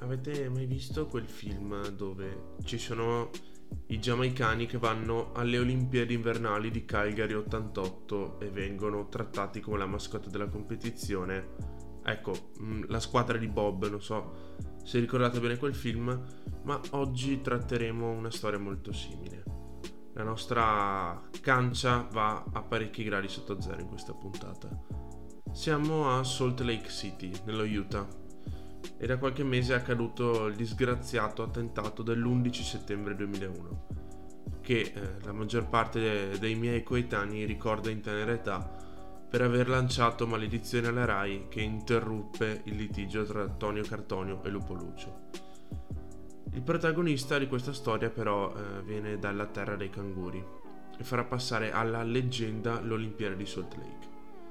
Avete mai visto quel film dove ci sono i giamaicani che vanno alle Olimpiadi invernali di Calgary 88 e vengono trattati come la mascotte della competizione? Ecco, la squadra di Bob, non so se ricordate bene quel film, ma oggi tratteremo una storia molto simile. La nostra cancia va a parecchi gradi sotto zero in questa puntata. Siamo a Salt Lake City, nello Utah, e da qualche mese è accaduto il disgraziato attentato dell'11 settembre 2001, che la maggior parte dei miei coetanei ricorda in tenera età per aver lanciato maledizioni alla Rai che interruppe il litigio tra Tonio Cartonio e Lupo Lucio. Il protagonista di questa storia però viene dalla terra dei canguri e farà passare alla leggenda l'Olimpiade di Salt Lake.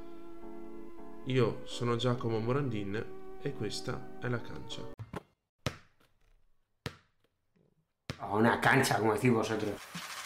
Io sono Giacomo Morandin e questa è La Cancha. Una cancha, como decís vosotros.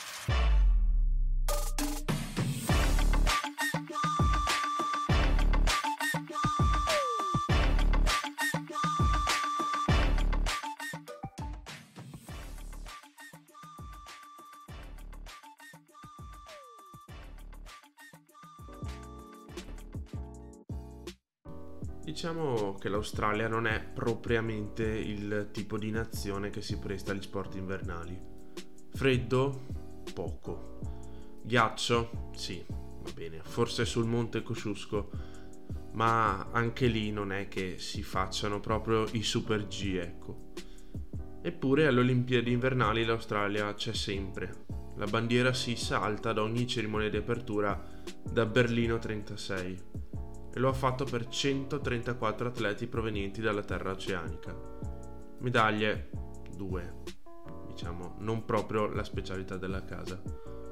Diciamo che l'Australia non è propriamente il tipo di nazione che si presta agli sport invernali. Freddo? Poco. Ghiaccio? Sì, va bene, forse sul Monte Kosciuszko, ma anche lì non è che si facciano proprio i super G, ecco. Eppure alle Olimpiadi invernali l'Australia c'è sempre. La bandiera si salta ad ogni cerimonia di apertura da Berlino 36. E lo ha fatto per 134 atleti provenienti dalla terra oceanica. Medaglie 2, diciamo, non proprio la specialità della casa.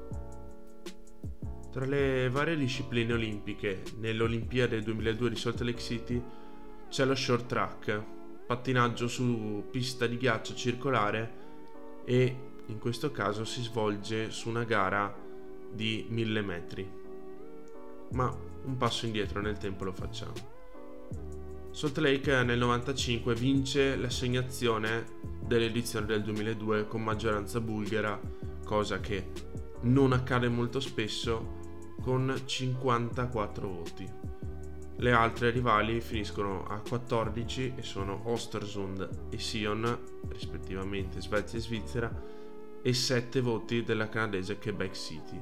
Tra le varie discipline olimpiche nell'Olimpiade 2002 di Salt Lake City c'è lo short track, pattinaggio su pista di ghiaccio circolare, e in questo caso si svolge su una gara di 1000 metri. Ma un passo indietro nel tempo lo facciamo. Salt Lake nel 95 vince l'assegnazione dell'edizione del 2002 con maggioranza bulgara, cosa che non accade molto spesso, con 54 voti. Le altre rivali finiscono a 14 e sono Östersund e Sion, rispettivamente Svezia e Svizzera, e 7 voti della canadese Quebec City.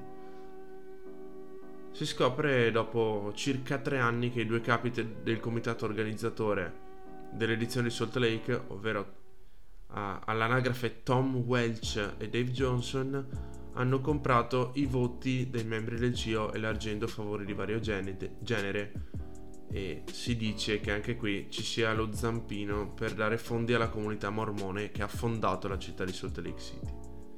Si scopre dopo circa 3 anni che i due capi del comitato organizzatore dell'edizione di Salt Lake, ovvero all'anagrafe Tom Welch e Dave Johnson, hanno comprato i voti dei membri del CIO elargendo favori di vario genere, e si dice che anche qui ci sia lo zampino per dare fondi alla comunità mormone che ha fondato la città di Salt Lake City.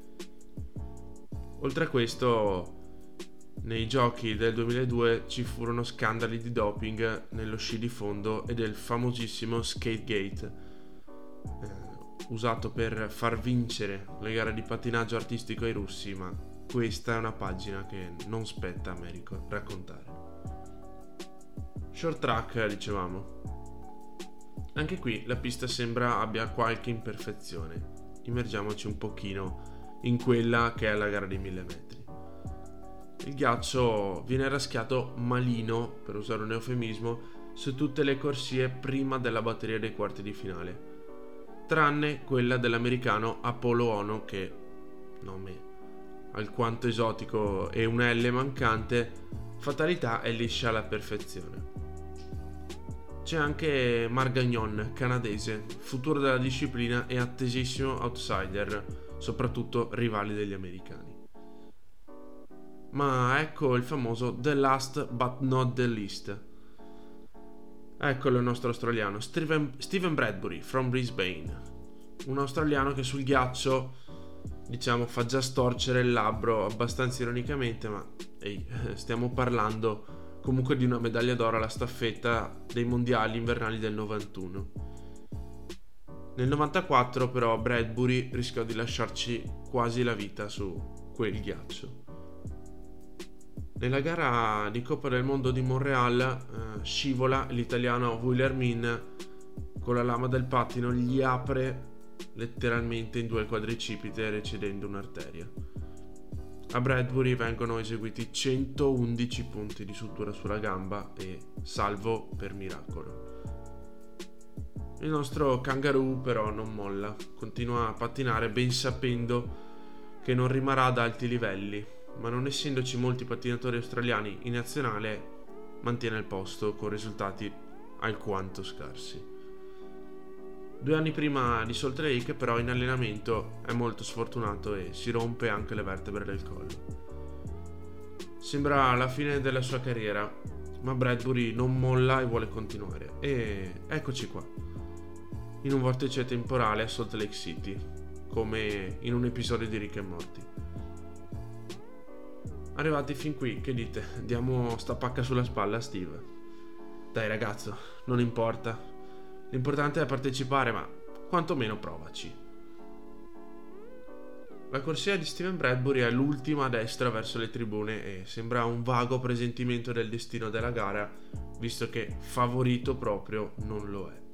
Oltre a questo, nei giochi del 2002 ci furono scandali di doping nello sci di fondo e del famosissimo Skategate, usato per far vincere le gare di pattinaggio artistico ai russi, ma questa è una pagina che non spetta a me raccontare. Short track, dicevamo. Anche qui la pista sembra abbia qualche imperfezione. Immergiamoci un pochino in quella che è la gara di 1000 metri. Il ghiaccio viene raschiato malino, per usare un eufemismo, su tutte le corsie prima della batteria dei quarti di finale, tranne quella dell'americano Apollo Ono, che, nome alquanto esotico e un L mancante, fatalità è liscia alla perfezione. C'è anche Marc Gagnon, canadese, futuro della disciplina e attesissimo outsider, soprattutto rivali degli americani. Ma ecco il famoso The Last But Not The Least. Eccolo il nostro australiano, Steven Bradbury from Brisbane. Un australiano che sul ghiaccio, diciamo, fa già storcere il labbro abbastanza ironicamente, ma stiamo parlando comunque di una medaglia d'oro alla staffetta dei mondiali invernali del 91. Nel 94 però Bradbury rischiò di lasciarci quasi la vita su quel ghiaccio. Nella gara di Coppa del Mondo di Montreal scivola l'italiano William Min con la lama del pattino gli apre letteralmente in due il quadricipite, recedendo un'arteria. A Bradbury vengono eseguiti 111 punti di sutura sulla gamba e salvo per miracolo. Il nostro Kangaroo però non molla, continua a pattinare ben sapendo che non rimarrà ad alti livelli, ma non essendoci molti pattinatori australiani in nazionale mantiene il posto con risultati alquanto scarsi. 2 anni prima di Salt Lake però in allenamento è molto sfortunato e si rompe anche le vertebre del collo. Sembra la fine della sua carriera, ma Bradbury non molla e vuole continuare. E eccoci qua, in un vortice temporale a Salt Lake City, come in un episodio di Rick e Morty. Arrivati fin qui, che dite? Diamo sta pacca sulla spalla a Steve? Dai ragazzo, non importa. L'importante è partecipare, ma quantomeno provaci. La corsia di Steven Bradbury è l'ultima a destra verso le tribune e sembra un vago presentimento del destino della gara, visto che favorito proprio non lo è.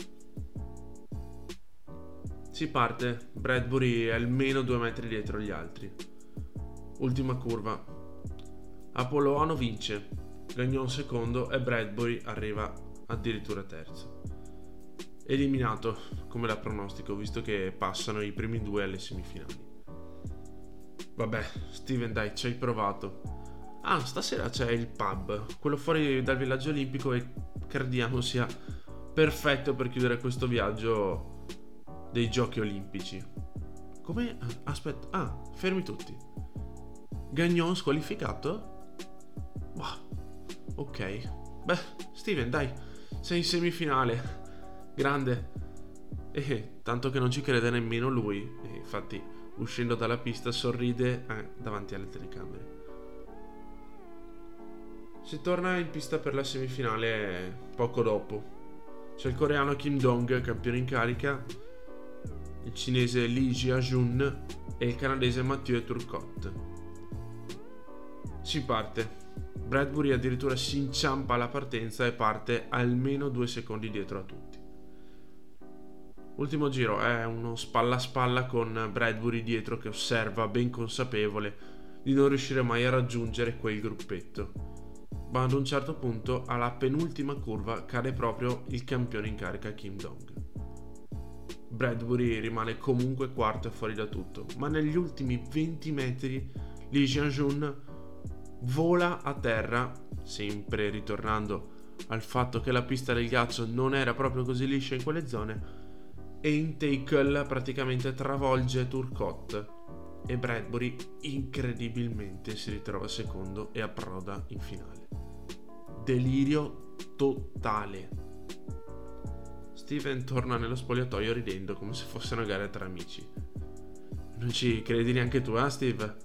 Si parte, Bradbury è almeno 2 metri dietro gli altri. Ultima curva. Apollo Ono vince, Gagnon secondo e Bradbury arriva addirittura terzo. Eliminato, come da pronostico, visto che passano i primi 2 alle semifinali. Vabbè, Steven, dai, ci hai provato. Ah, stasera c'è il pub, quello fuori dal villaggio olimpico, e crediamo sia perfetto per chiudere questo viaggio dei giochi olimpici. Come? Aspetta, fermi tutti. Gagnon squalificato? Wow, ok. Beh, Steven, dai, sei in semifinale. Grande. E tanto che non ci crede nemmeno lui, e infatti uscendo dalla pista sorride davanti alle telecamere. Si torna in pista per la semifinale poco dopo. C'è il coreano Kim Dong, campione in carica, il cinese Lee Jia-jun e il canadese Mathieu Turcotte. Si parte. Bradbury addirittura si inciampa alla partenza e parte almeno 2 secondi dietro a tutti. Ultimo giro è uno spalla a spalla con Bradbury dietro che osserva, ben consapevole di non riuscire mai a raggiungere quel gruppetto. Ma ad un certo punto, alla penultima curva, cade proprio il campione in carica Kim Dong. Bradbury rimane comunque quarto e fuori da tutto, ma negli ultimi 20 metri Lee Jian-jun vola a terra, sempre ritornando al fatto che la pista del ghiaccio non era proprio così liscia in quelle zone, e in tackle praticamente travolge Turcotte e Bradbury incredibilmente si ritrova secondo e approda in finale. Delirio totale. Steven torna nello spogliatoio ridendo come se fosse una gara tra amici. Non ci credi neanche tu, Steve?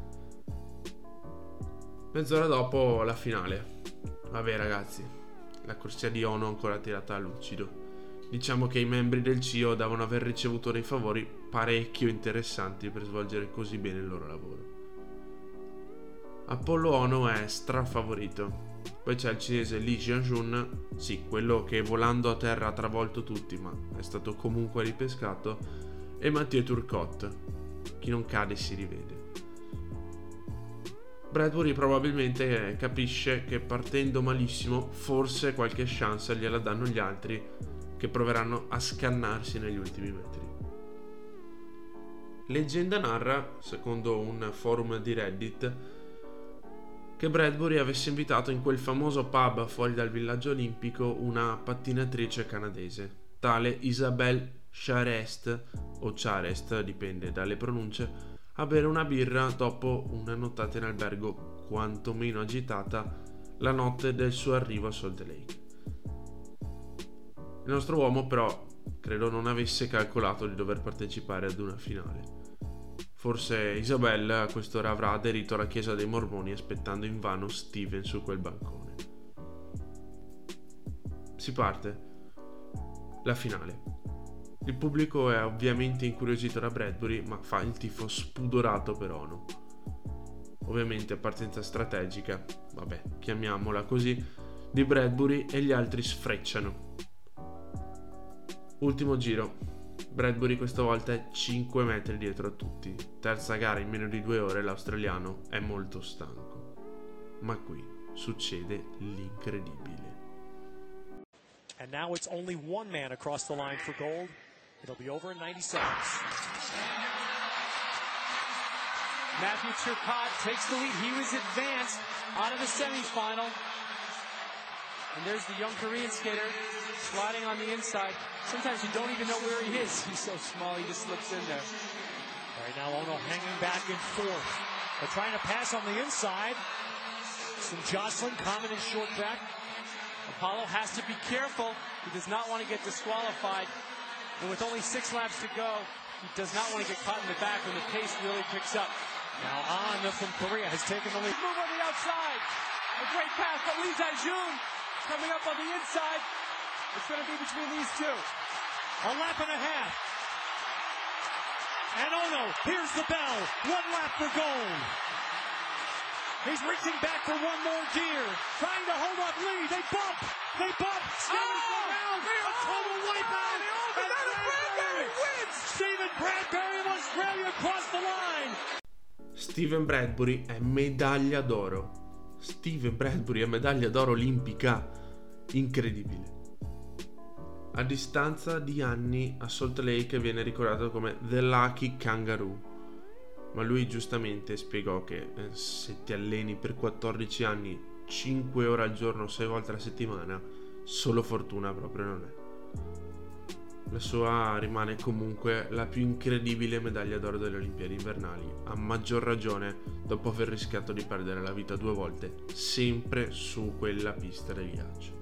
Mezz'ora dopo la finale. Vabbè ragazzi, la corsia di Ono ancora tirata a lucido. Diciamo che i membri del CIO davano aver ricevuto dei favori parecchio interessanti per svolgere così bene il loro lavoro. Apollo Ono è strafavorito. Poi c'è il cinese Lee Jian-jun, sì, quello che volando a terra ha travolto tutti, ma è stato comunque ripescato, e Mathieu Turcotte. Chi non cade si rivede. Bradbury probabilmente capisce che partendo malissimo forse qualche chance gliela danno gli altri, che proveranno a scannarsi negli ultimi metri. Leggenda narra, secondo un forum di Reddit, che Bradbury avesse invitato in quel famoso pub fuori dal villaggio olimpico una pattinatrice canadese, tale Isabelle Charest, o Charest, dipende dalle pronunce, a bere una birra dopo una nottata in albergo quantomeno agitata la notte del suo arrivo a Salt Lake. Il nostro uomo però credo non avesse calcolato di dover partecipare ad una finale. Forse Isabelle a quest'ora avrà aderito alla chiesa dei Mormoni aspettando invano Steven su quel bancone. Si parte. La finale. Il pubblico è ovviamente incuriosito da Bradbury, ma fa il tifo spudorato per Ono. Ovviamente partenza strategica, vabbè, chiamiamola così, di Bradbury, e gli altri sfrecciano. Ultimo giro. Bradbury questa volta è 5 metri dietro a tutti. Terza gara in meno di 2 ore, l'australiano è molto stanco. Ma qui succede l'incredibile. And now it's only one man across the line for gold. It'll be over in 90 seconds. Matthew Turcotte takes the lead. He was advanced out of the semifinal. And there's the young Korean skater sliding on the inside. Sometimes you don't even know where he is. He's so small, he just slips in there. Right now, Ono hanging back and forth. They're trying to pass on the inside. Some jostling, common and short back. Apollo has to be careful. He does not want to get disqualified. And with only 6 laps to go, he does not want to get caught in the back when the pace really picks up. Now Anna from Korea has taken the lead. Move on the outside. A great pass, but Lee Zajun coming up on the inside. It's going to be between these two. A lap and a half. And Ono, here's the bell. 1 lap for gold. He's reaching back for one more gear. Trying to hold up Lee. They bump. They bump. A total wipeout. And Bradbury wins. Stephen Bradbury of Australia across the line. Steven Bradbury è medaglia d'oro. Steven Bradbury è medaglia d'oro olimpica. Incredibile. A distanza di anni a Salt Lake viene ricordato come The Lucky Kangaroo. Ma lui giustamente spiegò che se ti alleni per 14 anni, 5 ore al giorno, 6 volte alla settimana, solo fortuna proprio non è. La sua rimane comunque la più incredibile medaglia d'oro delle Olimpiadi invernali, a maggior ragione dopo aver rischiato di perdere la vita 2 volte, sempre su quella pista del ghiaccio.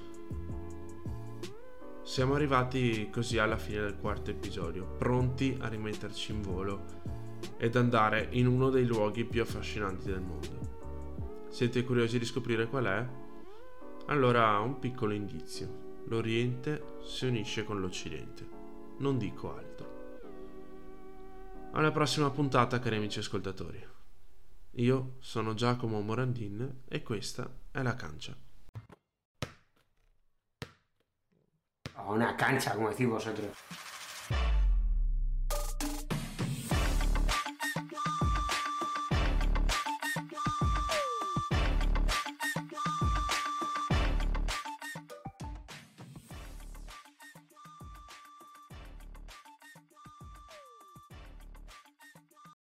Siamo arrivati così alla fine del 4º episodio, pronti a rimetterci in volo ed andare in uno dei luoghi più affascinanti del mondo. Siete curiosi di scoprire qual è? Allora, un piccolo indizio. L'Oriente si unisce con l'Occidente. Non dico altro. Alla prossima puntata, cari amici ascoltatori. Io sono Giacomo Morandin e questa è La Cancha. A una cancha, como decís vosotros.